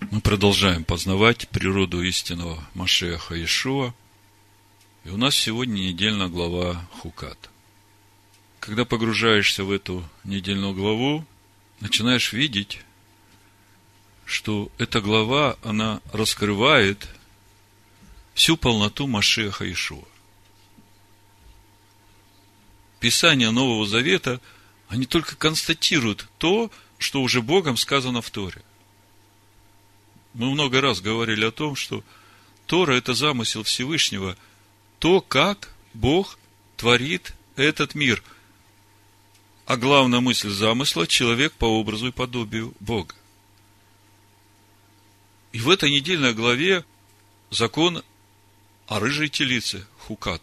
Мы продолжаем познавать природу истинного Машиаха Иешуа. И у нас сегодня недельная глава Хукат. Когда погружаешься в эту недельную главу, начинаешь видеть, что эта глава, она раскрывает всю полноту Машиаха Иешуа. Писания Нового Завета, они только констатируют то, что уже Богом сказано в Торе. Мы много раз говорили о том, что Тора – это замысел Всевышнего, то, как Бог творит этот мир. А главная мысль замысла – человек по образу и подобию Бога. И в этой недельной главе закон о рыжей телице, Хукат.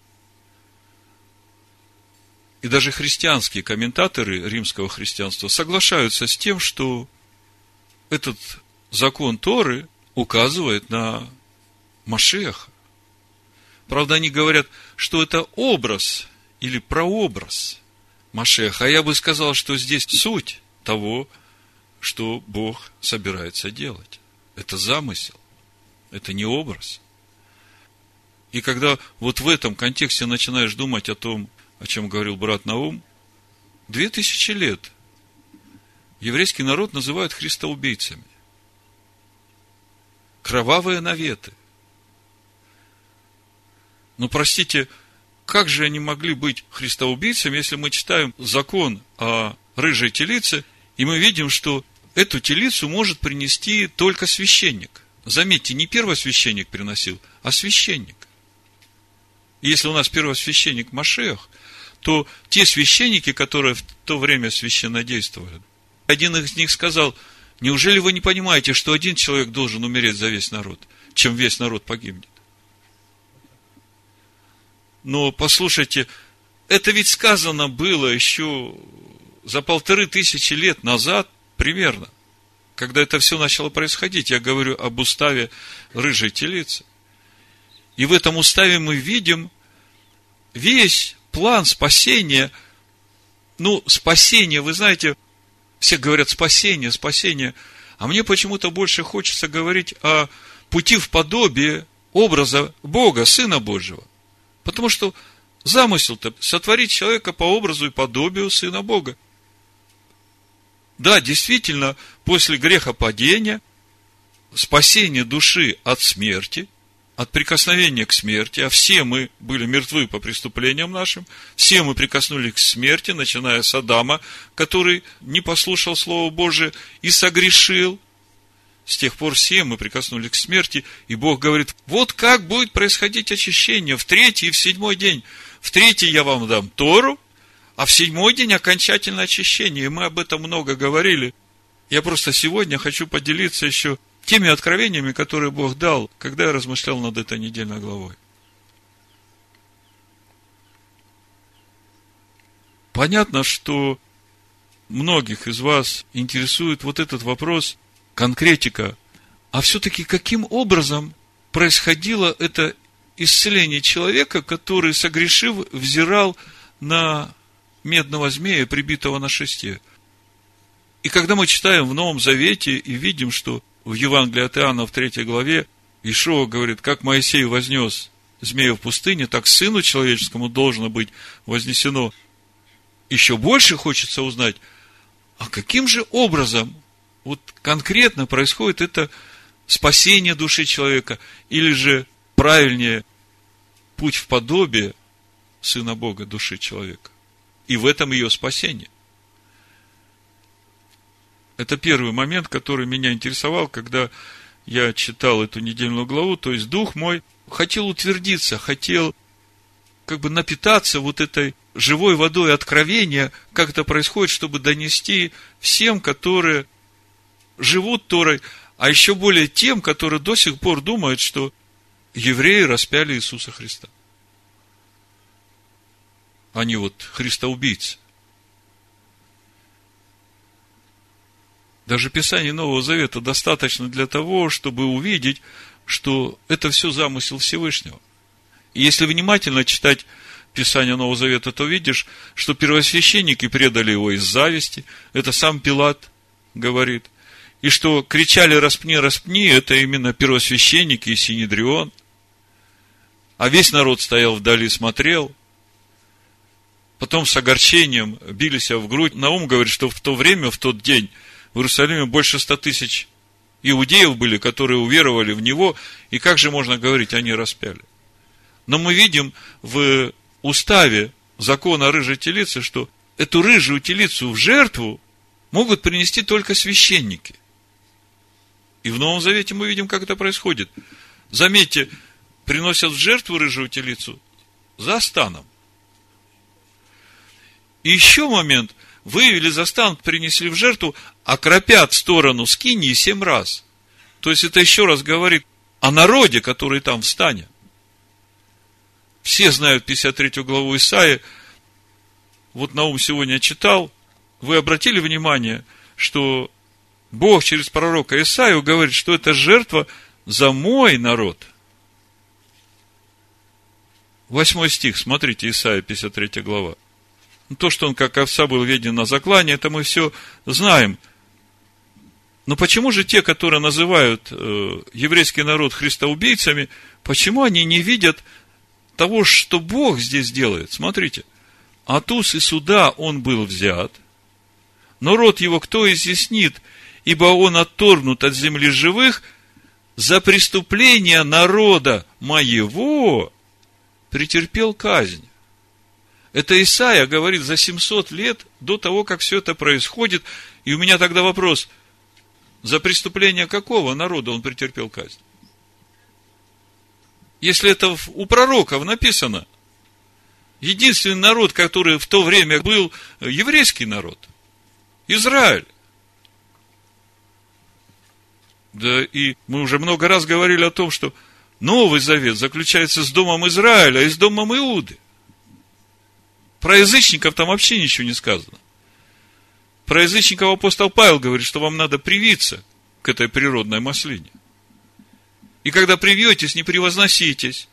И даже христианские комментаторы римского христианства соглашаются с тем, что этот закон Торы указывает на Машиаха. Правда, они говорят, что это образ или прообраз Машиаха. А я бы сказал, что здесь суть того, что Бог собирается делать. Это замысел, это не образ. И когда вот в этом контексте начинаешь думать о том, о чем говорил брат Наум, 2000 лет еврейский народ называют христоубийцами. Кровавые наветы. Но, простите, как же они могли быть христоубийцами, если мы читаем закон о рыжей телице, и мы видим, что эту телицу может принести только священник. Заметьте, не первосвященник приносил, а священник. И если у нас первосвященник Машиах, то те священники, которые в то время священно действовали, один из них сказал: неужели вы не понимаете, что один человек должен умереть за весь народ, чем весь народ погибнет? Но послушайте, это ведь сказано было еще за 1500 лет назад примерно, когда это все начало происходить. Я говорю об уставе рыжей телицы. И в этом уставе мы видим весь план спасения. Спасение, вы знаете, все говорят спасение, спасение. А мне почему-то больше хочется говорить о пути в подобие образа Бога, Сына Божьего. Потому что замысел-то сотворить человека по образу и подобию Сына Бога. Да, действительно, после грехопадения, спасение души от смерти, от прикосновения к смерти, а все мы были мертвы по преступлениям нашим, все мы прикоснулись к смерти, начиная с Адама, который не послушал Слово Божие и согрешил. С тех пор все мы прикоснулись к смерти, и Бог говорит: вот как будет происходить очищение в 3-й и в 7-й день. В 3-й я вам дам Тору, а в 7-й день окончательное очищение. И мы об этом много говорили. Я просто сегодня хочу поделиться еще теми откровениями, которые Бог дал, когда я размышлял над этой недельной главой. Понятно, что многих из вас интересует вот этот вопрос, конкретика. А все-таки каким образом происходило это исцеление человека, который, согрешив, взирал на медного змея, прибитого на шесте? И когда мы читаем в Новом Завете и видим, что в Евангелии от Иоанна в 3 главе Иешуа говорит: как Моисей вознес змея в пустыне, так Сыну Человеческому должно быть вознесено. Еще больше хочется узнать, а каким же образом вот конкретно происходит это спасение души человека, или же, правильнее, путь в подобие Сына Бога, души человека. И в этом ее спасение. Это первый момент, который меня интересовал, когда я читал эту недельную главу. То есть дух мой хотел утвердиться, хотел напитаться вот этой живой водой откровения, как это происходит, чтобы донести всем, которые живут Торой, а еще более тем, которые до сих пор думают, что евреи распяли Иисуса Христа. Они христоубийцы. Даже Писание Нового Завета достаточно для того, чтобы увидеть, что это все замысел Всевышнего. И если внимательно читать Писание Нового Завета, то видишь, что первосвященники предали его из зависти. Это сам Пилат говорит. и что кричали «распни, распни», это именно первосвященники и Синедрион. А весь народ стоял вдали, смотрел. Потом с огорчением били себя в грудь. Наум говорит, что в то время, в тот день в Иерусалиме больше 100 тысяч иудеев были, которые уверовали в него. И как же можно говорить, они распяли? Но мы видим в уставе закона о рыжей телице, что эту рыжую телицу в жертву могут принести только священники. И в Новом Завете мы видим, как это происходит. Заметьте, приносят в жертву рыжую телицу за станом. И еще момент. Вывели за стан, принесли в жертву, окропят сторону скинии 7 раз. То есть это еще раз говорит о народе, который там в стане. Все знают 53 главу Исаии. Вот Наум сегодня читал. Вы обратили внимание, что Бог через пророка Исаию говорит, что это жертва за мой народ. 8 стих, смотрите, Исаия, 53 глава. То, что он как овца был веден на заклане, это мы все знаем. Но почему же те, которые называют еврейский народ христоубийцами, почему они не видят того, что Бог здесь делает? Смотрите. От уз и суда он был взят, но род его кто изъяснит, ибо он отторгнут от земли живых, за преступление народа моего претерпел казнь. Это Исаия говорит за 700 лет до того, как все это происходит. И у меня тогда вопрос, за преступление какого народа он претерпел казнь? Если это у пророков написано, единственный народ, который в то время был еврейский народ, Израиль. Да, и мы уже много раз говорили о том, что Новый Завет заключается с домом Израиля и с домом Иуды. Про язычников там вообще ничего не сказано. Про язычников апостол Павел говорит, что вам надо привиться к этой природной маслине. И когда привьетесь, не превозноситесь.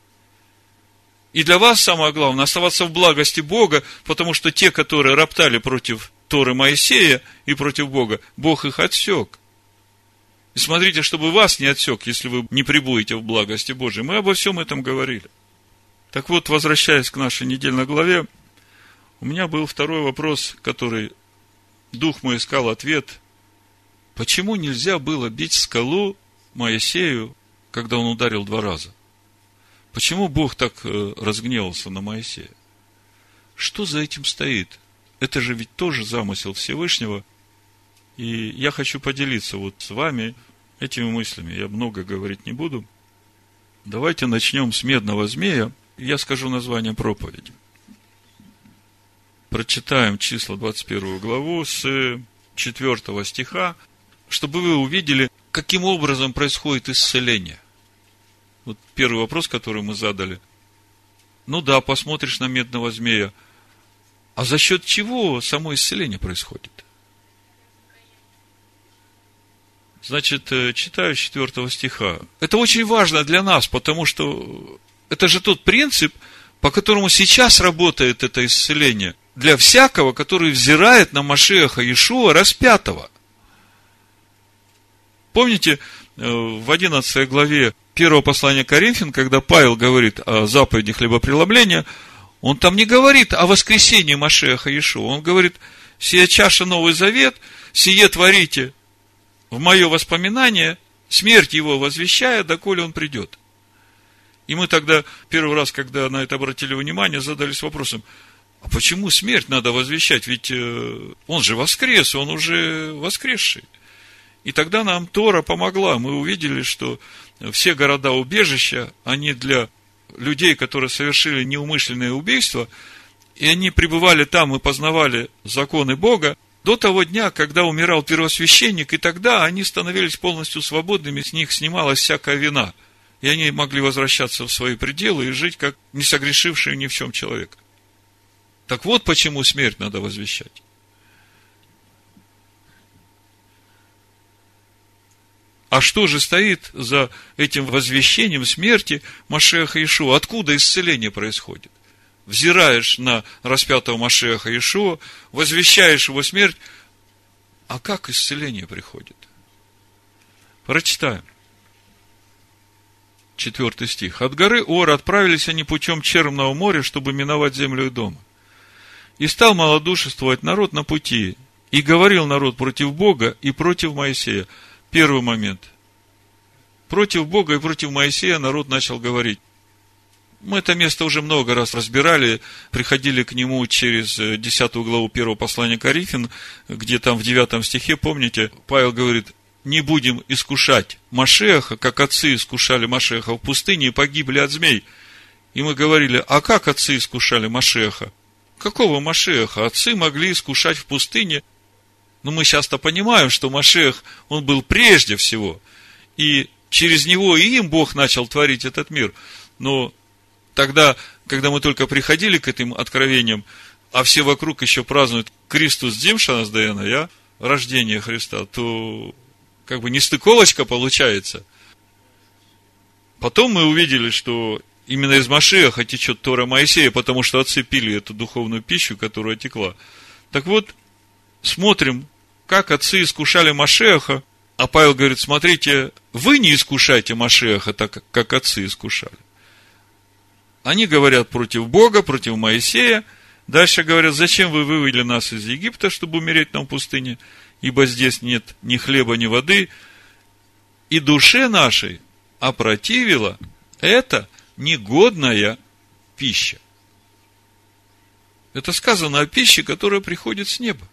И для вас самое главное оставаться в благости Бога, потому что те, которые роптали против Торы Моисея и против Бога, Бог их отсек. И смотрите, чтобы вас не отсек, если вы не пребудете в благости Божией. Мы обо всем этом говорили. Так вот, возвращаясь к нашей недельной главе, у меня был второй вопрос, который дух мой искал ответ. Почему нельзя было бить скалу Моисею, когда он ударил 2 раза? Почему Бог так разгневался на Моисея? Что за этим стоит? Это же ведь тоже замысел Всевышнего. И я хочу поделиться вот с вами этими мыслями. Я много говорить не буду. Давайте начнем с медного змея. Я скажу название проповеди. Прочитаем числа 21 главу с 4 стиха, чтобы вы увидели, каким образом происходит исцеление. Вот первый вопрос, который мы задали. Ну да, посмотришь на медного змея. А за счет чего само исцеление происходит? Значит, читаю 4 стиха. Это очень важно для нас, потому что это же тот принцип, по которому сейчас работает это исцеление для всякого, который взирает на Машиаха Иешуа распятого. Помните, в 11 главе 1 послания Коринфян, когда Павел говорит о заповеди хлебопреломления, он там не говорит о воскресении Машиаха Иешуа. Он говорит, сия чаша Новый Завет, сие творите в мое воспоминание, смерть его возвещая, доколе он придет. И мы тогда, первый раз, когда на это обратили внимание, задались вопросом, а почему смерть надо возвещать? Ведь он же воскрес, он уже воскресший. И тогда нам Тора помогла. Мы увидели, что все города-убежища, они для людей, которые совершили неумышленное убийство, и они пребывали там и познавали законы Бога до того дня, когда умирал первосвященник, и тогда они становились полностью свободными, с них снималась всякая вина. И они могли возвращаться в свои пределы и жить, как не согрешившие ни в чем человек. Так вот, почему смерть надо возвещать. А что же стоит за этим возвещением смерти Машиаха Иешуа? Откуда исцеление происходит? Взираешь на распятого Машиаха Иешуа, возвещаешь его смерть, а как исцеление приходит? Прочитаем. 4 стих. От горы Ор отправились они путем Черного моря, чтобы миновать землю Эдома. И стал малодушествовать народ на пути, и говорил народ против Бога и против Моисея. Первый момент. Против Бога и против Моисея народ начал говорить. Мы это место уже много раз разбирали, приходили к нему через 10 главу 1 послания Коринфян, где там в 9 стихе, помните, Павел говорит: не будем искушать Машиаха, как отцы искушали Машиаха в пустыне и погибли от змей. И мы говорили: а как отцы искушали Машиаха? Какого Машиаха? Отцы могли искушать в пустыне. Но мы сейчас-то понимаем, что Машиах, он был прежде всего. И через него и им Бог начал творить этот мир. Но тогда, когда мы только приходили к этим откровениям, а все вокруг еще празднуют Кристус Дзимшанас Даяна, рождение Христа, то как бы нестыковочка получается. Потом мы увидели, что именно из Машиаха течет Тора Моисея, потому что отцы пили эту духовную пищу, которая текла. Так вот, смотрим, как отцы искушали Машиаха, а Павел говорит: смотрите, вы не искушайте Машиаха так, как отцы искушали. Они говорят против Бога, против Моисея. Дальше говорят: зачем вы вывели нас из Египта, чтобы умереть нам в пустыне? Ибо здесь нет ни хлеба, ни воды. И душе нашей опротивила это негодная пища. Это сказано о пище, которая приходит с неба.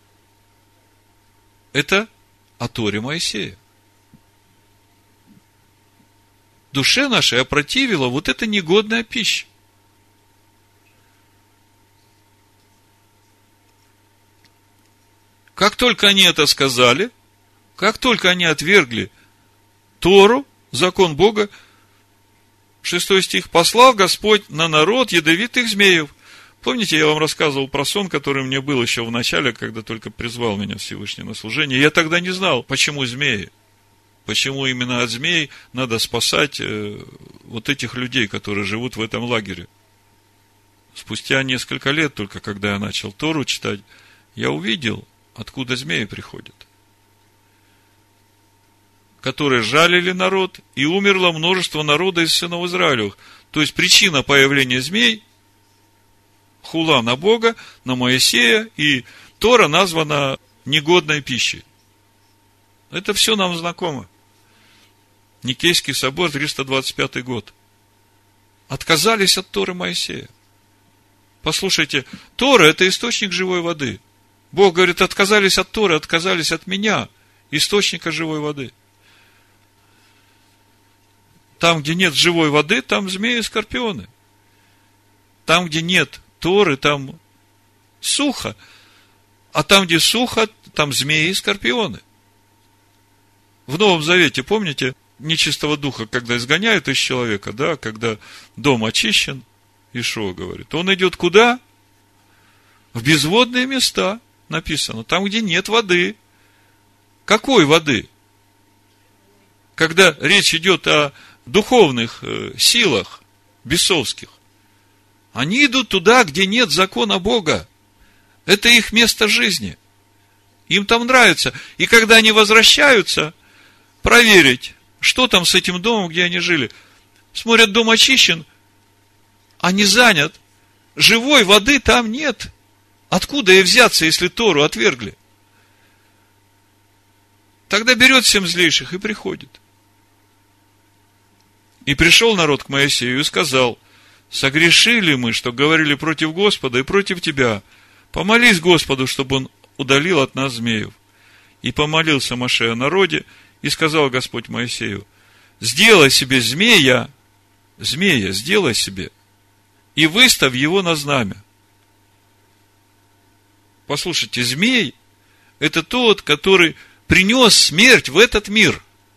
Это о Торе Моисея. Душе нашей опротивила вот эта негодная пища. Как только они это сказали, как только они отвергли Тору, закон Бога, 6 стих, послал Господь на народ ядовитых змеев. Помните, я вам рассказывал про сон, который мне был еще в начале, когда только призвал меня Всевышний на служение. Я тогда не знал, почему змеи. Почему именно от змей надо спасать вот этих людей, которые живут в этом лагере. Спустя несколько лет, только когда я начал Тору читать, я увидел, откуда змеи приходят, которые жалили народ, и умерло множество народа из сынов Израилевых. То есть причина появления змей — хула на Бога, на Моисея, и Тора названа негодной пищей. Это все нам знакомо. Никейский собор, 325 год. Отказались от Торы Моисея. Послушайте, Тора — это источник живой воды. Бог говорит: отказались от Торы, отказались от меня, источника живой воды. Там, где нет живой воды, там змеи и скорпионы. Там, где нет Торы, там сухо. А там, где сухо, там змеи и скорпионы. В Новом Завете, помните, нечистого духа, когда изгоняют из человека, да, когда дом очищен, Ишуа говорит, он идет куда? В безводные места, написано, там, где нет воды. Какой воды? Когда речь идет о духовных силах бесовских, они идут туда, где нет закона Бога. Это их место жизни. Им там нравится. И когда они возвращаются, проверить, что там с этим домом, где они жили. Смотрят, дом очищен, а не занят. Живой воды там нет. Откуда ей взяться, если Тору отвергли? Тогда берет 7 злейших и приходит. И пришел народ к Моисею и сказал: согрешили мы, что говорили против Господа и против тебя. Помолись Господу, чтобы он удалил от нас змеев. И помолился Моше о народе, и сказал Господь Моисею: сделай себе змея сделай себе, и выставь его на знамя. Послушайте, змей — это тот, который принес смерть в этот мир.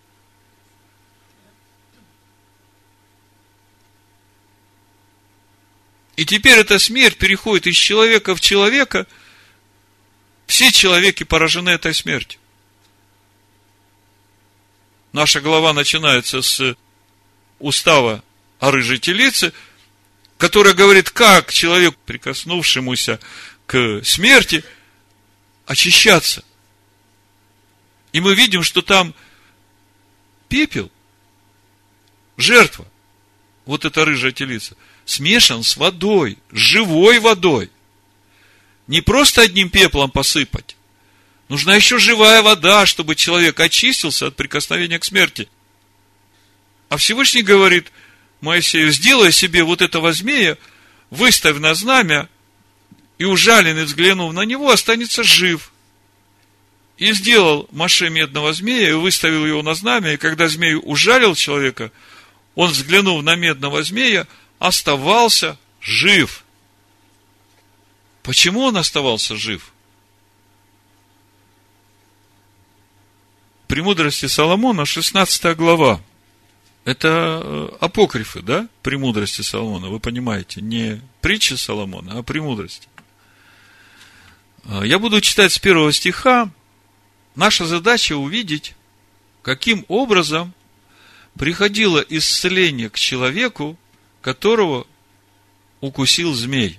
И теперь эта смерть переходит из человека в человека. Все человеки поражены этой смертью. Наша глава начинается с устава о рыжей телице, которая говорит, как человек, прикоснувшемуся к смерти, очищаться. И мы видим, что там пепел, жертва, вот эта рыжая телица, смешан с водой, с живой водой. Не просто одним пеплом посыпать. Нужна еще живая вода, чтобы человек очистился от прикосновения к смерти. А Всевышний говорит Моисею: сделай себе вот этого змея, выставь на знамя, и ужаленный, взглянув на него, останется жив. И сделал Моше медного змея, и выставил его на знамя, и когда змей ужалил человека, он, взглянув на медного змея, оставался жив. Почему он оставался жив? «Премудрости Соломона», 16 глава. Это апокрифы, да? «Премудрости Соломона», вы понимаете, не притчи Соломона, а «Премудрости». Я буду читать с 1 стиха. Наша задача увидеть, каким образом приходило исцеление к человеку, которого укусил змей.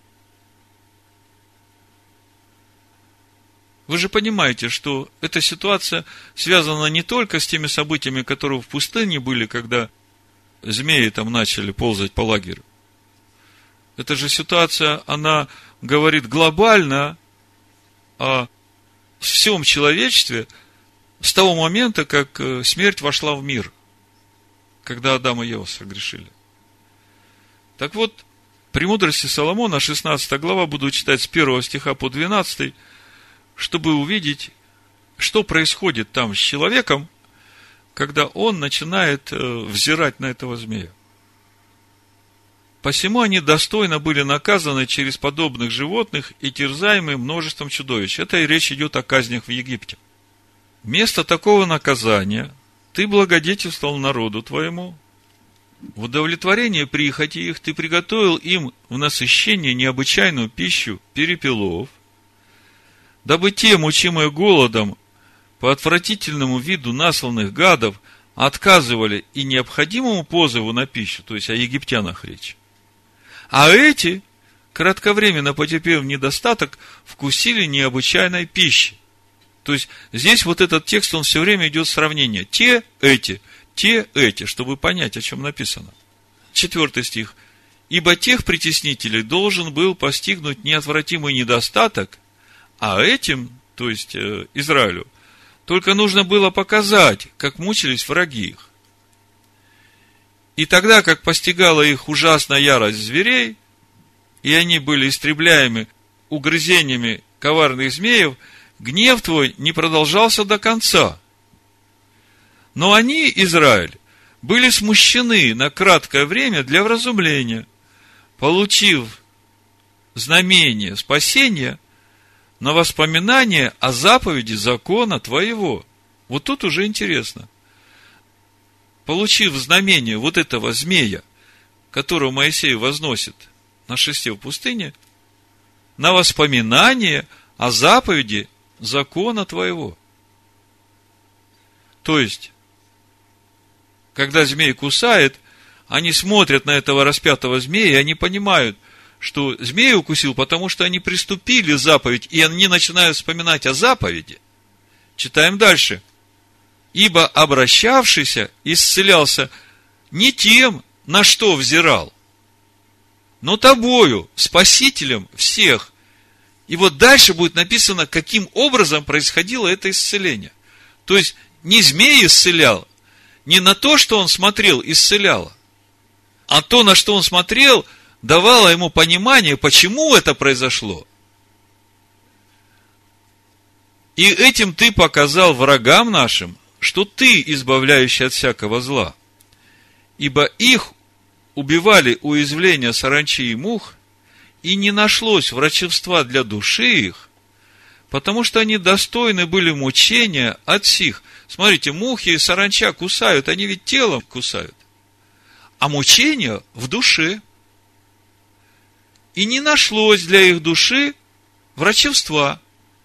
Вы же понимаете, что эта ситуация связана не только с теми событиями, которые в пустыне были, когда змеи там начали ползать по лагерю. Эта же ситуация, она говорит глобально о всем человечестве с того момента, как смерть вошла в мир, когда Адам и Ева согрешили. Так вот, «Премудрости Соломона», 16 глава, буду читать с 1 стиха по 12, чтобы увидеть, что происходит там с человеком, когда он начинает взирать на этого змея. «Посему они достойно были наказаны через подобных животных и терзаемы множеством чудовищ». Это и речь идет о казнях в Египте. «Вместо такого наказания ты благодетельствовал народу твоему. В удовлетворение прихоти их ты приготовил им в насыщение необычайную пищу перепелов, дабы те, мучимые голодом по отвратительному виду насланных гадов, отказывали и необходимому позыву на пищу», то есть о египтянах речь. «А эти, кратковременно потерпев недостаток, вкусили необычайной пищи». То есть здесь вот этот текст, он все время идет сравнение. Те, эти, чтобы понять, о чем написано. 4 стих. «Ибо тех притеснителей должен был постигнуть неотвратимый недостаток, а этим, то есть Израилю, только нужно было показать, как мучились враги их. И тогда, как постигала их ужасная ярость зверей, и они были истребляемы угрызениями коварных змеев, гнев твой не продолжался до конца. Но они, Израиль, были смущены на краткое время для вразумления, получив знамение спасения на воспоминание о заповеди закона твоего». Вот тут уже интересно. Получив знамение вот этого змея, которого Моисей возносит на шесте в пустыне, на воспоминание о заповеди закона твоего. То есть, когда змей кусает, они смотрят на этого распятого змея, и они понимают, что змей укусил, потому что они приступили заповедь, и они начинают вспоминать о заповеди. Читаем дальше. «Ибо обращавшийся исцелялся не тем, на что взирал, но тобою, спасителем всех». И вот дальше будет написано, каким образом происходило это исцеление. То есть, не змей исцелял, не на то, что он смотрел, исцеляло, а то, на что он смотрел, давало ему понимание, почему это произошло. «И этим ты показал врагам нашим, что ты избавляющий от всякого зла. Ибо их убивали уязвления саранчи и мух, и не нашлось врачевства для души их, потому что они достойны были мучения от сих». Смотрите, мухи и саранча кусают, они ведь телом кусают, а мучения в душе. «И не нашлось для их души врачевства,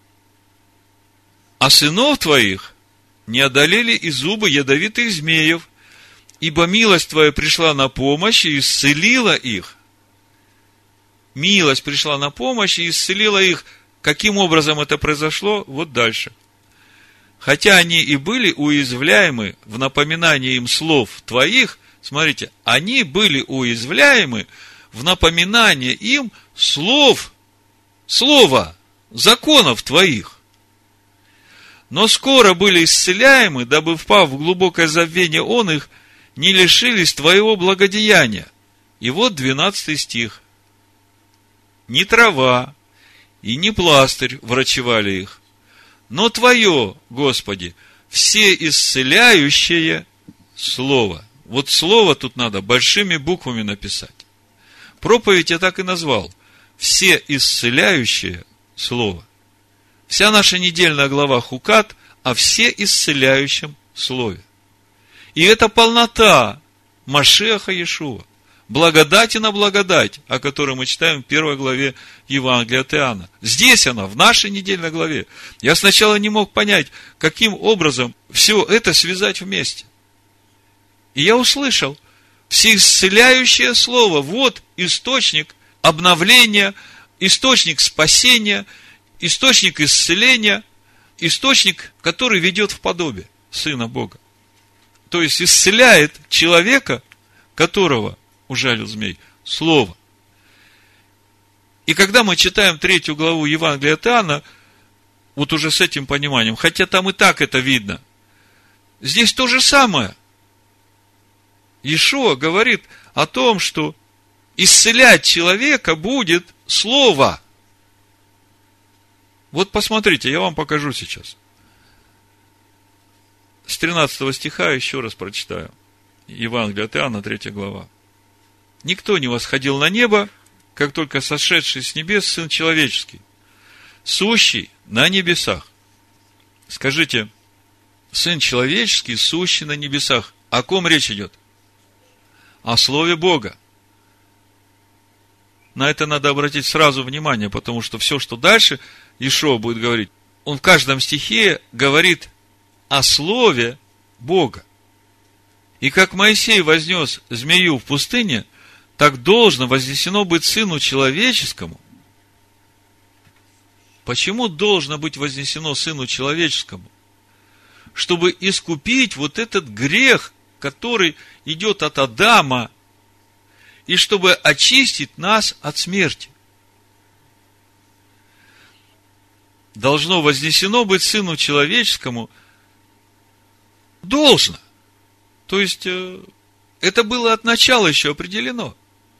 а сынов твоих не одолели и зубы ядовитых змеев, ибо милость твоя пришла на помощь и исцелила их». Милость пришла на помощь и исцелила их. Каким образом это произошло? Вот дальше. хотя они и были уязвляемы в напоминании им слов твоих, смотрите, они были уязвляемы в напоминание им слова, законов твоих. Но скоро были исцеляемы, дабы, впав в глубокое забвение он их, не лишились твоего благодеяния. И вот 12 стих. Не трава и не пластырь врачевали их, но твое, Господи, все исцеляющее слово. Вот слово тут надо большими буквами написать. Проповедь я так и назвал. Все исцеляющее слово. Вся наша недельная глава Хукат о всеисцеляющем слове. И это полнота Машиаха Иешуа. Благодати на благодать, о которой мы читаем в 1 главе Евангелия от Иоанна. Здесь она, в нашей недельной главе. Я сначала не мог понять, каким образом все это связать вместе. И я услышал, всеисцеляющее слово, вот источник обновления, источник спасения, источник исцеления, источник, который ведет в подобие Сына Бога. То есть исцеляет человека, которого ужалил змей, слово. И когда мы читаем 3 главу Евангелия от Иоанна, вот уже с этим пониманием, хотя там и так это видно, здесь то же самое. Иешуа говорит о том, что исцелять человека будет слово. Вот посмотрите, я вам покажу сейчас. С 13 стиха еще раз прочитаю. Евангелие от Иоанна, 3 глава. Никто не восходил на небо, как только сошедший с небес Сын Человеческий, сущий на небесах. Скажите, Сын Человеческий, сущий на небесах. О ком речь идет? О Слове Бога. На это надо обратить сразу внимание, потому что все, что дальше Иешуа будет говорить, он в каждом стихе говорит о Слове Бога. И как Моисей вознес змею в пустыне, так должно вознесено быть Сыну Человеческому. Почему должно быть вознесено Сыну Человеческому? Чтобы искупить вот этот грех, который идет от Адама, и чтобы очистить нас от смерти. Должно вознесено быть Сыну Человеческому. Должно. То есть, это было от начала еще определено.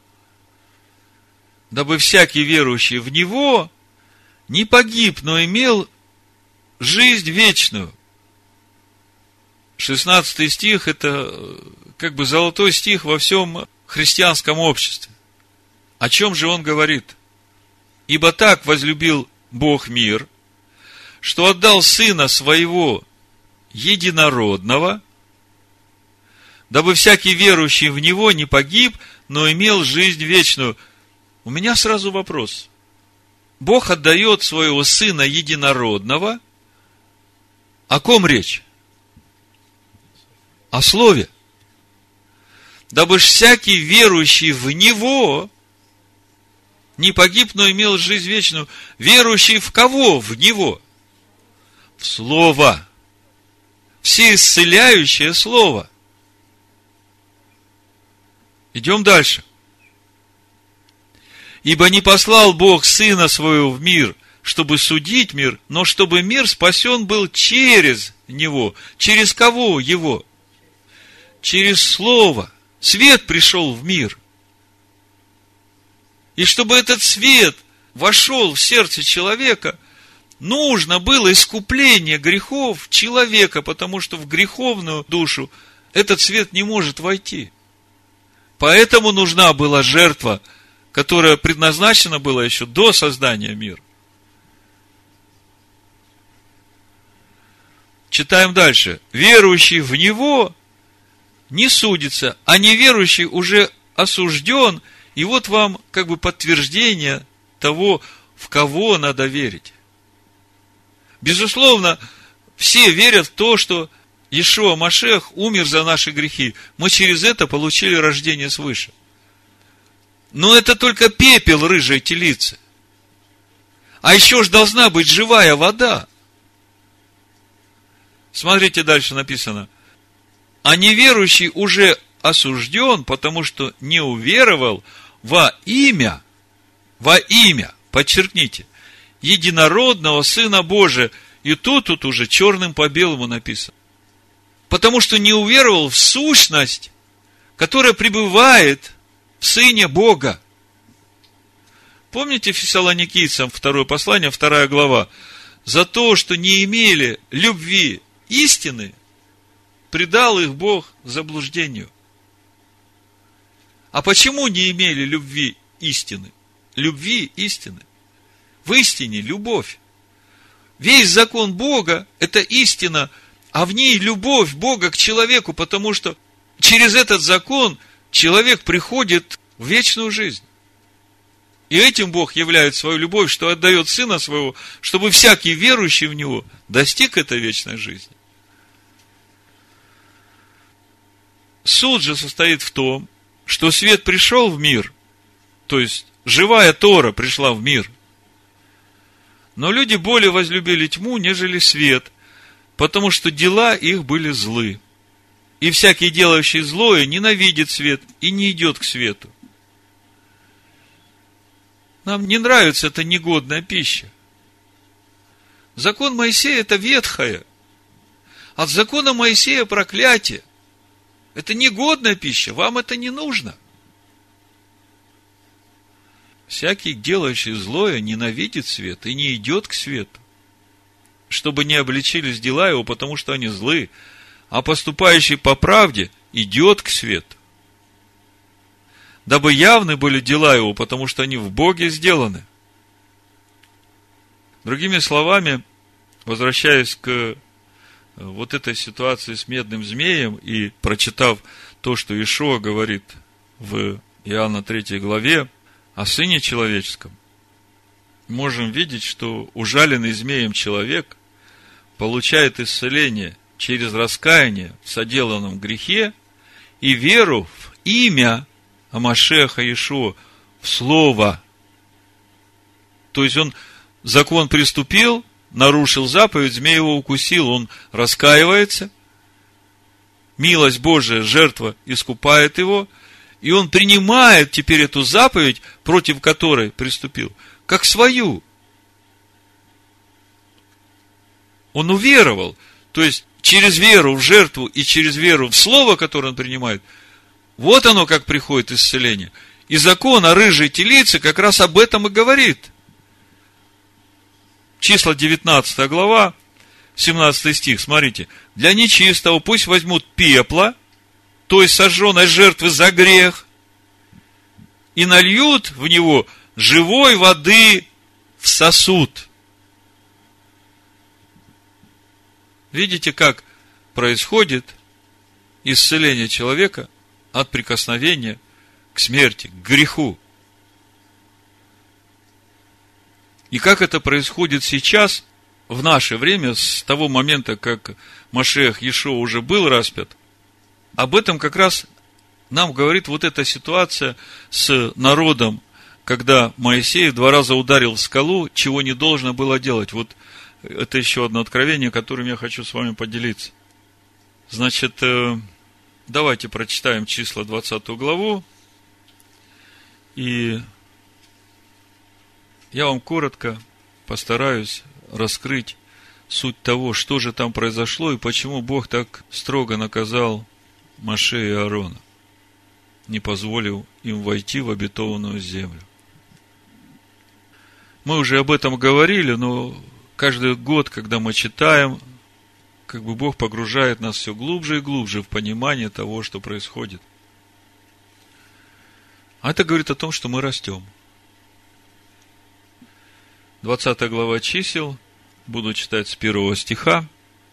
Дабы всякий верующий в Него не погиб, но имел жизнь вечную. 16 стих – это как бы золотой стих во всем христианском обществе. О чем же он говорит? Ибо так возлюбил Бог мир, что отдал Сына Своего Единородного, дабы всякий верующий в Него не погиб, но имел жизнь вечную. У меня сразу вопрос. Бог отдает Своего Сына Единородного. О ком речь? О Слове. Дабы всякий верующий в Него не погиб, но имел жизнь вечную. Верующий в кого? В Него. В Слово. Всеисцеляющее Слово. Идем дальше. Ибо не послал Бог Сына Своего в мир, чтобы судить мир, но чтобы мир спасен был через Него. Через кого Его? Через Слово. Свет пришел в мир. И чтобы этот свет вошел в сердце человека, нужно было искупление грехов человека, потому что в греховную душу этот свет не может войти. Поэтому нужна была жертва, которая предназначена была еще до создания мира. Читаем дальше. Верующий в Него не судится, а неверующий уже осужден. И вот вам как бы подтверждение того, в кого надо верить. Безусловно, все верят в то, что Иешуа Машиах умер за наши грехи. Мы через это получили рождение свыше. Но это только пепел рыжей телицы. А еще ж должна быть живая вода. Смотрите, дальше написано. А неверующий уже осужден, потому что не уверовал во имя, подчеркните, единородного Сына Божия. И тут уже черным по белому написано. Потому что не уверовал в сущность, которая пребывает в Сыне Бога. Помните Фессалоникийцам 2 послание, 2 глава? За то, что не имели любви истины, предал их Бог заблуждению. А почему не имели любви истины? Любви истины. В истине любовь. Весь закон Бога – это истина, а в ней любовь Бога к человеку, потому что через этот закон человек приходит в вечную жизнь. И этим Бог являет свою любовь, что отдает Сына Своего, чтобы всякий верующий в Него достиг этой вечной жизни. Суд же состоит в том, что свет пришел в мир, то есть живая Тора пришла в мир, но люди более возлюбили тьму, нежели свет, потому что дела их были злы. И всякий, делающий злое, ненавидит свет и не идет к свету. Нам не нравится эта негодная пища. Закон Моисея – это ветхое. От закона Моисея проклятие. Это негодная пища, вам это не нужно. Всякий, делающий злое, ненавидит свет и не идет к свету, чтобы не обличились дела его, потому что они злы, а поступающий по правде идет к свету, дабы явны были дела его, потому что они в Боге сделаны. Другими словами, возвращаясь к вот этой ситуации с медным змеем и прочитав то, что Иешуа говорит в Иоанна 3 главе о Сыне Человеческом, можем видеть, что ужаленный змеем человек получает исцеление через раскаяние в соделанном грехе и веру в имя Машиаха Иешуа, в Слово. То есть он закон приступил, нарушил заповедь, змей его укусил, он раскаивается, милость Божия, жертва искупает его, и он принимает теперь эту заповедь, против которой приступил, как свою. Он уверовал, то есть через веру в жертву и через веру в Слово, которое он принимает, вот оно как приходит исцеление. И закон о рыжей телице как раз об этом и говорит. Числа 19 глава, 17 стих, смотрите. Для нечистого пусть возьмут пепла, то есть сожженной жертвы за грех, и нальют в него живой воды в сосуд. Видите, как происходит исцеление человека от прикосновения к смерти, к греху. И как это происходит сейчас, в наше время, с того момента, как Машиах Иешуа уже был распят, об этом как раз нам говорит вот эта ситуация с народом, когда Моисей 2 раза ударил в скалу, чего не должно было делать. Вот это еще одно откровение, которым я хочу с вами поделиться. Значит, давайте прочитаем числа 20 главу, и я вам коротко постараюсь раскрыть суть того, что же там произошло и почему Бог так строго наказал Моше и Аарона, не позволил им войти в обетованную землю. Мы уже об этом говорили, но каждый год, когда мы читаем, как бы Бог погружает нас все глубже и глубже в понимание того, что происходит. А это говорит о том, что мы растем. 20 глава чисел, буду читать с 1 стиха.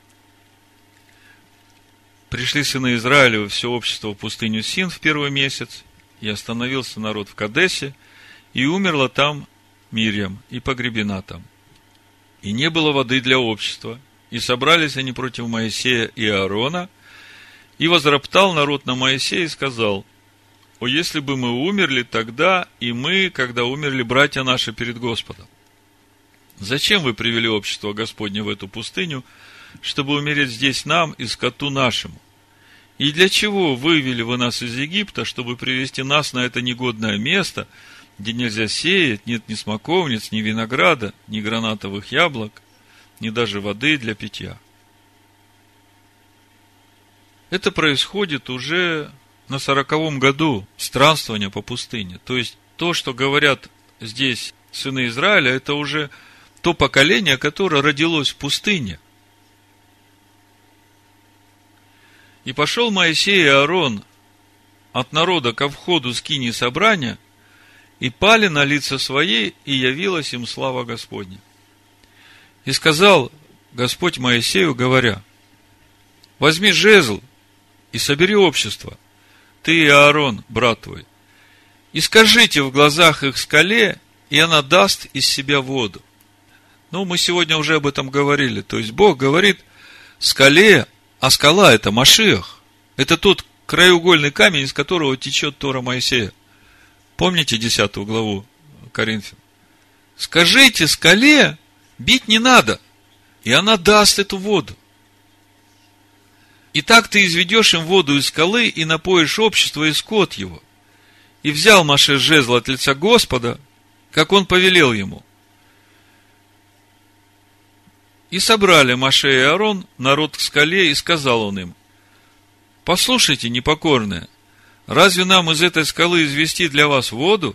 Пришли сыны Израилева, все общество в пустыню Син в 1 месяц, и остановился народ в Кадесе, и умерла там Мирьям, и погребена там. И не было воды для общества, и собрались они против Моисея и Аарона, и возроптал народ на Моисея и сказал: «О, если бы мы умерли тогда, и мы, когда умерли братья наши перед Господом! Зачем вы привели общество Господне в эту пустыню, чтобы умереть здесь нам и скоту нашему. И для чего вывели вы нас из Египта, чтобы привести нас на это негодное место, где нельзя сеять, нет ни смоковниц, ни винограда, ни гранатовых яблок, ни даже воды для питья? Это происходит уже на 40-м году странствования по пустыне. То есть, то, что говорят здесь сыны Израиля, это уже то поколение, которое родилось в пустыне. И пошел Моисей и Аарон от народа ко входу скинии собрания, и пали на лица свои, и явилась им слава Господня. И сказал Господь Моисею, говоря: возьми жезл и собери общество, ты и Аарон, брат твой, и скажите в глазах их скале, и она даст из себя воду. Мы сегодня уже об этом говорили. То есть, Бог говорит скале, а скала – это Машиах. Это тот краеугольный камень, из которого течет Тора Моисея. Помните 10 главу Коринфянам? Скажите скале, бить не надо, и она даст эту воду. И так ты изведешь им воду из скалы, и напоишь общество и скот его. И взял Моше жезл от лица Господа, как он повелел ему. И собрали Моше и Аарон народ к скале, и сказал он им: послушайте, непокорные, разве нам из этой скалы извести для вас воду?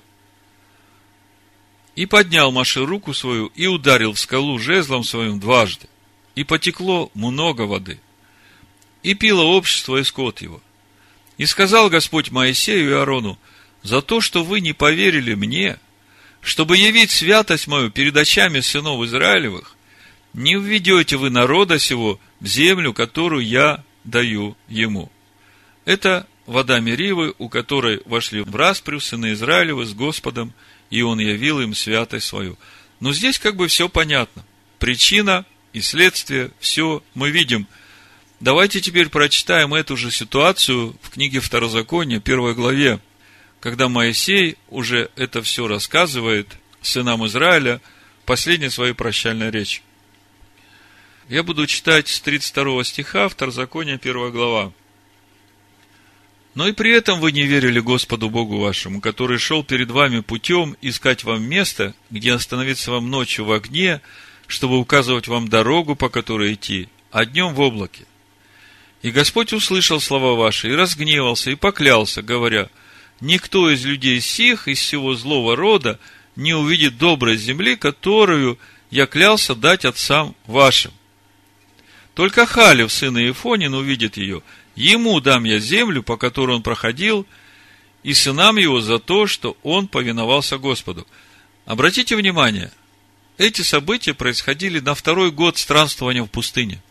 И поднял Моше руку свою, и ударил в скалу жезлом своим дважды, и потекло много воды, и пило общество и скот его. И сказал Господь Моисею и Аарону: за то, что вы не поверили мне, чтобы явить святость мою перед очами сынов Израилевых, не введете вы народа сего в землю, которую я даю ему. Это вода Меривы, у которой вошли в распрю сыны Израилевы с Господом, и он явил им святость свою. Но здесь все понятно. Причина и следствие, все мы видим. Давайте теперь прочитаем эту же ситуацию в книге Второзакония, 1 главе, когда Моисей уже это все рассказывает сынам Израиля в последней своей прощальной речи. Я буду читать с 32 стиха, Второзакония, 1 глава. Но и при этом вы не верили Господу Богу вашему, который шел перед вами путем искать вам место, где остановиться вам ночью в огне, чтобы указывать вам дорогу, по которой идти, а днем в облаке. И Господь услышал слова ваши, и разгневался, и поклялся, говоря: никто из людей сих, из всего злого рода, не увидит доброй земли, которую я клялся дать отцам вашим. Только Халев, сын Иефонин, увидит ее. Ему дам я землю, по которой он проходил, и сынам его за то, что он повиновался Господу. Обратите внимание, эти события происходили на 2-й год странствования в пустыне.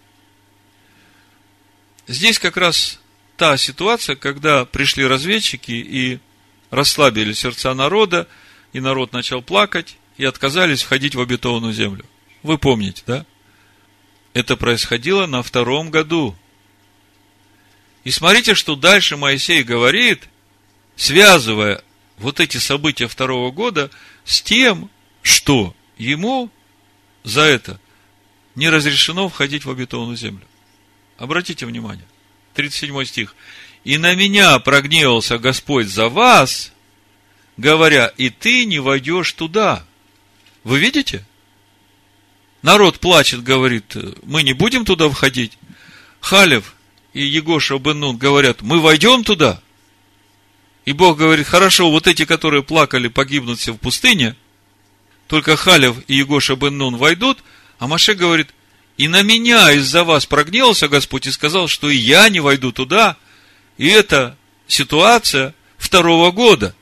Здесь как раз та ситуация, когда пришли разведчики и расслабили сердца народа, и народ начал плакать, и отказались входить в обетованную землю. Вы помните, да? Это происходило на 2-м году. И смотрите, что дальше Моисей говорит, связывая вот эти события 2-го года с тем, что ему за это не разрешено входить в обетованную землю. Обратите внимание, 37 стих. «И на меня прогневался Господь за вас, говоря, и ты не войдешь туда». Вы видите? Народ плачет, говорит: мы не будем туда входить. Халев и Егоша бен Нун говорят: мы войдем туда. И Бог говорит: хорошо, вот эти, которые плакали, погибнут все в пустыне, только Халев и Егоша бен Нун войдут. А Моше говорит: и на меня из-за вас прогневался Господь и сказал, что и я не войду туда. И это ситуация 2-го года.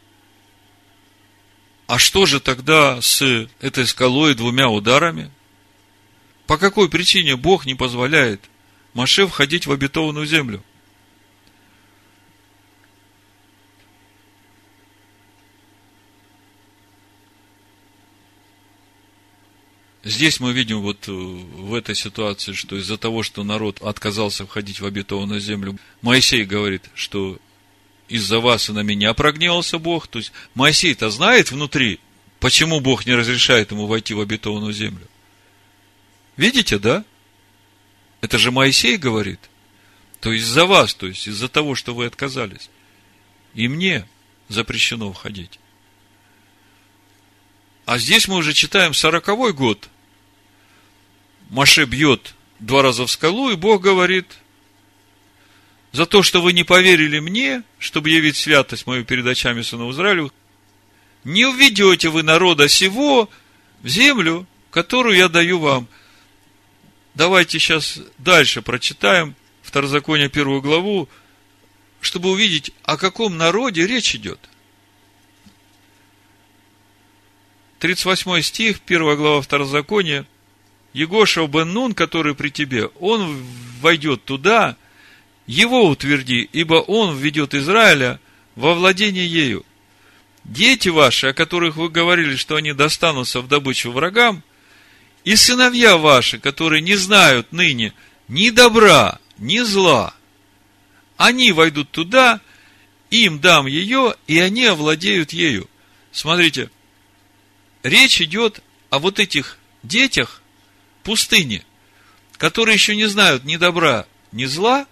А что же тогда с этой скалой и 2 ударами? По какой причине Бог не позволяет Моше входить в обетованную землю? Здесь мы видим вот в этой ситуации, что из-за того, что народ отказался входить в обетованную землю, Моисей говорит, что из-за вас и на меня прогневался Бог. То есть Моисей-то знает внутри, почему Бог не разрешает ему войти в обетованную землю. Видите, да? Это же Моисей говорит. То есть за вас, то есть из-за того, что вы отказались. И мне запрещено входить. А здесь мы уже читаем 40-й год. Моше бьет 2 раза в скалу, и Бог говорит: за то, что вы не поверили мне, чтобы явить святость мою перед очами сынов Израилевых, не уведете вы народа сего в землю, которую я даю вам. Давайте сейчас дальше прочитаем Второзаконие 1 главу, чтобы увидеть, о каком народе речь идет. 38 стих, 1 глава Второзакония. Егошуа бен Нун, который при тебе, он войдет туда, его утверди, ибо он введет Израиля во владение ею. Дети ваши, о которых вы говорили, что они достанутся в добычу врагам, и сыновья ваши, которые не знают ныне ни добра, ни зла, они войдут туда, им дам ее, и они овладеют ею. Смотрите, речь идет о вот этих детях пустыни, которые еще не знают ни добра, ни зла,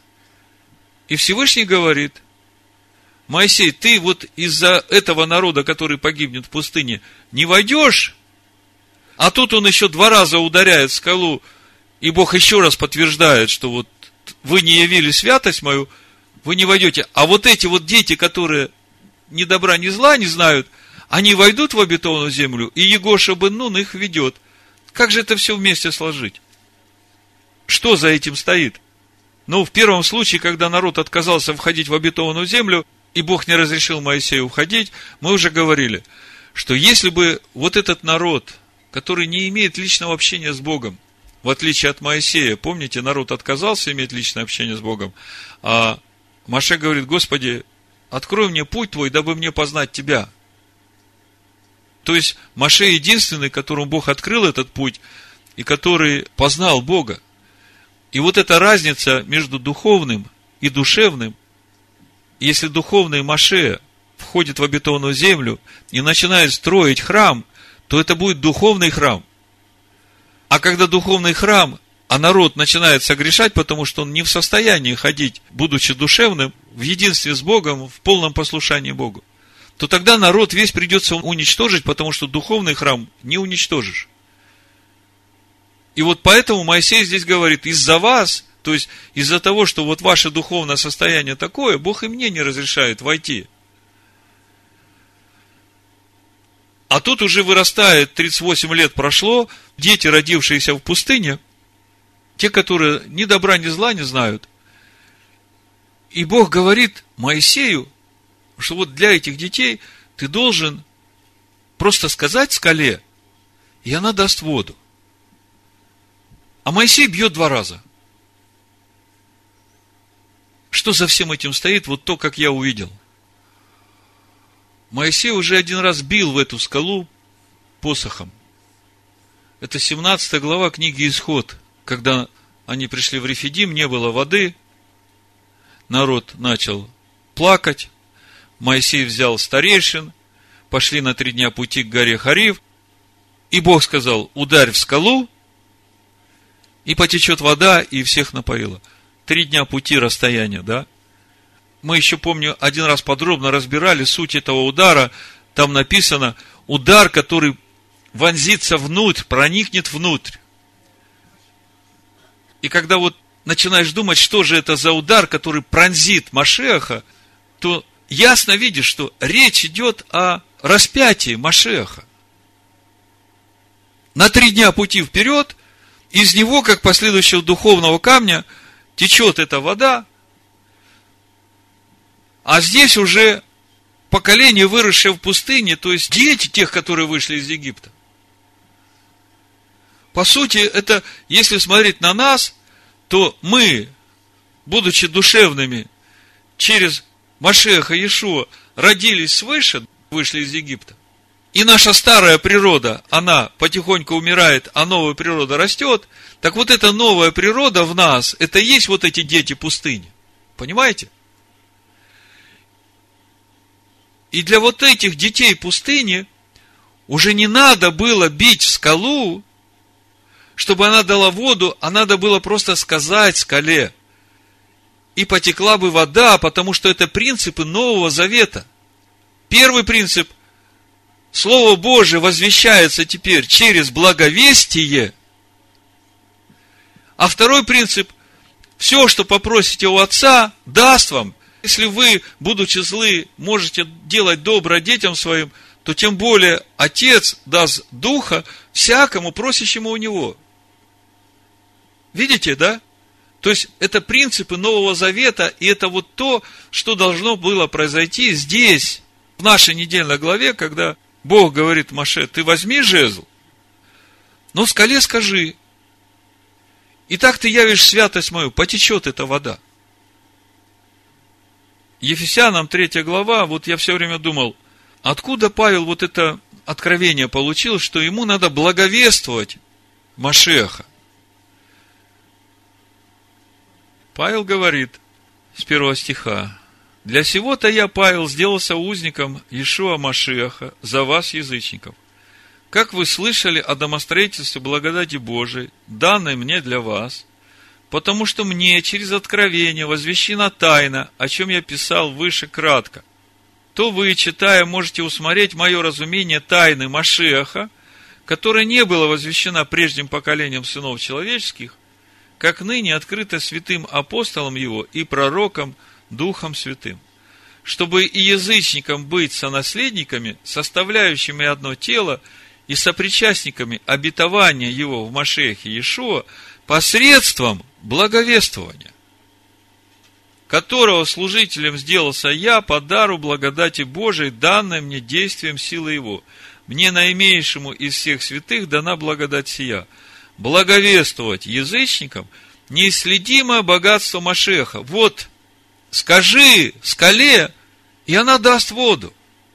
и Всевышний говорит: Моисей, ты вот из-за этого народа, который погибнет в пустыне, не войдешь, а тут он еще 2 раза ударяет скалу, и Бог еще раз подтверждает, что вот вы не явили святость мою, вы не войдете. А вот эти вот дети, которые ни добра, ни зла не знают, они войдут в обетованную землю, и Егошуа бен Нун их ведет. Как же это все вместе сложить? Что за этим стоит? Ну, в первом случае, когда народ отказался входить в обетованную землю, и Бог не разрешил Моисею входить, мы уже говорили, что если бы вот этот народ, который не имеет личного общения с Богом, в отличие от Моисея, помните, народ отказался иметь личное общение с Богом, а Моше говорит: Господи, открой мне путь Твой, дабы мне познать Тебя. То есть, Моше единственный, которому Бог открыл этот путь, и который познал Бога. И вот эта разница между духовным и душевным, если духовный Моше входит в обетованную землю и начинает строить храм, то это будет духовный храм. А когда духовный храм, а народ начинает согрешать, потому что он не в состоянии ходить, будучи душевным, в единстве с Богом, в полном послушании Богу, то тогда народ весь придется уничтожить, потому что духовный храм не уничтожишь. И вот поэтому Моисей здесь говорит: из-за вас, то есть из-за того, что вот ваше духовное состояние такое, Бог и мне не разрешает войти. А тут уже вырастает, 38 лет прошло, дети, родившиеся в пустыне, те, которые ни добра, ни зла не знают. И Бог говорит Моисею, что вот для этих детей ты должен просто сказать скале, и она даст воду. А Моисей бьет 2 раза. Что за всем этим стоит? Вот то, как я увидел. Моисей уже 1 раз бил в эту скалу посохом. Это 17 глава книги Исход. Когда они пришли в Рефидим, не было воды, народ начал плакать. Моисей взял старейшин, пошли на 3 дня пути к горе Харив, и Бог сказал: ударь в скалу, и потечет вода, и всех напоила. 3 дня пути расстояния, да? Мы еще, помню, 1 раз подробно разбирали суть этого удара. Там написано: удар, который вонзится внутрь, проникнет внутрь. И когда вот начинаешь думать, что же это за удар, который пронзит Машиаха, то ясно видишь, что речь идет о распятии Машиаха. На 3 дня пути вперед, из него, как последующего духовного камня, течет эта вода, а здесь уже поколение, выросшее в пустыне, то есть дети тех, которые вышли из Египта. По сути, это, если смотреть на нас, то мы, будучи душевными, через Машиаха Иешуа родились свыше, вышли из Египта. И наша старая природа, она потихоньку умирает, а новая природа растет. Так вот эта новая природа в нас, это и есть вот эти дети пустыни. Понимаете? И для вот этих детей пустыни уже не надо было бить в скалу, чтобы она дала воду, а надо было просто сказать скале. И потекла бы вода, потому что это принципы Нового Завета. Первый принцип. Слово Божие возвещается теперь через благовестие. А второй принцип. Все, что попросите у Отца, даст вам. Если вы, будучи злы, можете делать доброе детям своим, то тем более Отец даст Духа всякому просящему у Него. Видите, да? То есть, это принципы Нового Завета, и это вот то, что должно было произойти здесь, в нашей недельной главе, когда Бог говорит Моше: ты возьми жезл, но скале скажи, и так ты явишь святость мою, потечет эта вода. Ефесянам 3 глава, вот я все время думал, откуда Павел вот это откровение получил, что ему надо благовествовать Машиаха. Павел говорит с 1 стиха: «Для сего-то я, Павел, сделался узником Иешуа Машиаха за вас, язычников. Как вы слышали о домостроительстве благодати Божией, данной мне для вас, потому что мне через откровение возвещена тайна, о чем я писал выше кратко, то вы, читая, можете усмотреть мое разумение тайны Машиаха, которая не была возвещена прежним поколением сынов человеческих, как ныне открыто святым апостолом его и пророком Духом Святым, чтобы и язычникам быть сонаследниками, составляющими одно тело и сопричастниками обетования его в Машиахе Иешуа посредством благовествования, которого служителем сделался я по дару благодати Божией, данной мне действием силы его. Мне, наименьшему из всех святых, дана благодать сия, благовествовать язычникам неисследимое богатство Машиаха. Вот, скажи скале, и она даст воду.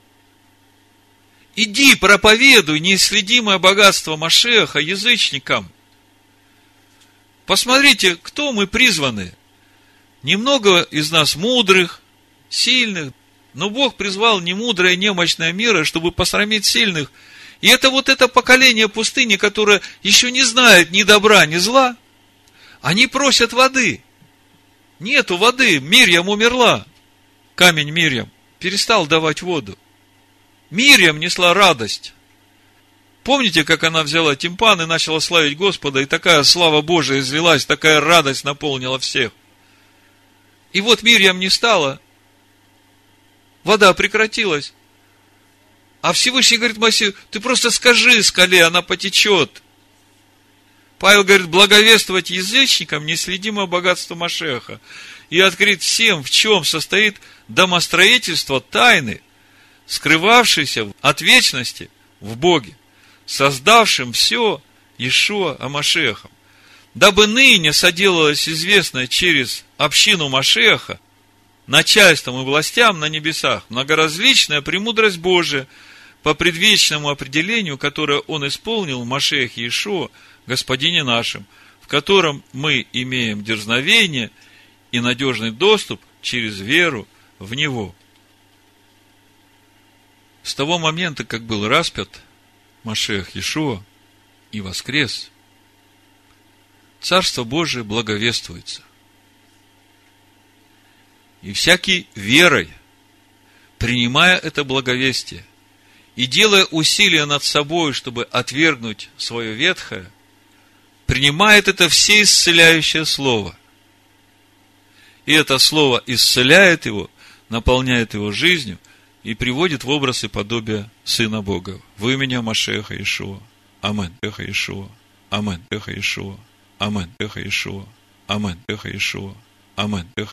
Иди, проповедуй неисследимое богатство Машиаха язычникам. Посмотрите, кто мы призваны. Немного из нас мудрых, сильных, но Бог призвал немудрое, немощное мира, чтобы посрамить сильных. И это вот это поколение пустыни, которое еще не знает ни добра, ни зла, они просят воды. Нету воды, Мирьям умерла. Камень Мирьям перестал давать воду. Мирьям несла радость. Помните, как она взяла тимпан и начала славить Господа, и такая слава Божия излилась, такая радость наполнила всех. И вот Мирьям не стало, вода прекратилась. А Всевышний говорит Моисею: ты просто скажи скале, она потечет. Павел говорит: благовествовать язычникам неследимое богатство Машиаха и открыть всем, в чем состоит домостроительство тайны, скрывавшейся от вечности в Боге, создавшим все Иешуа Машиахом, дабы ныне соделалось известно через общину Машиаха начальством и властям на небесах многоразличная премудрость Божия по предвечному определению, которое Он исполнил в Машиахе Иешуа, Господине нашим, в котором мы имеем дерзновение и надежный доступ через веру в Него». С того момента, как был распят Машиах Иешуа и воскрес, Царство Божие благовествуется. И всякий верой, принимая это благовестие и делая усилия над собой, чтобы отвергнуть свое ветхое, принимает это всеисцеляющее слово. И это слово исцеляет его, наполняет его жизнью и приводит в образ и подобие Сына Бога в имени Машиаха Иешуа. Амин. Иешуа. Амин. Иешуа. Амин. Иешуа. Амин. Иешуа. Амин.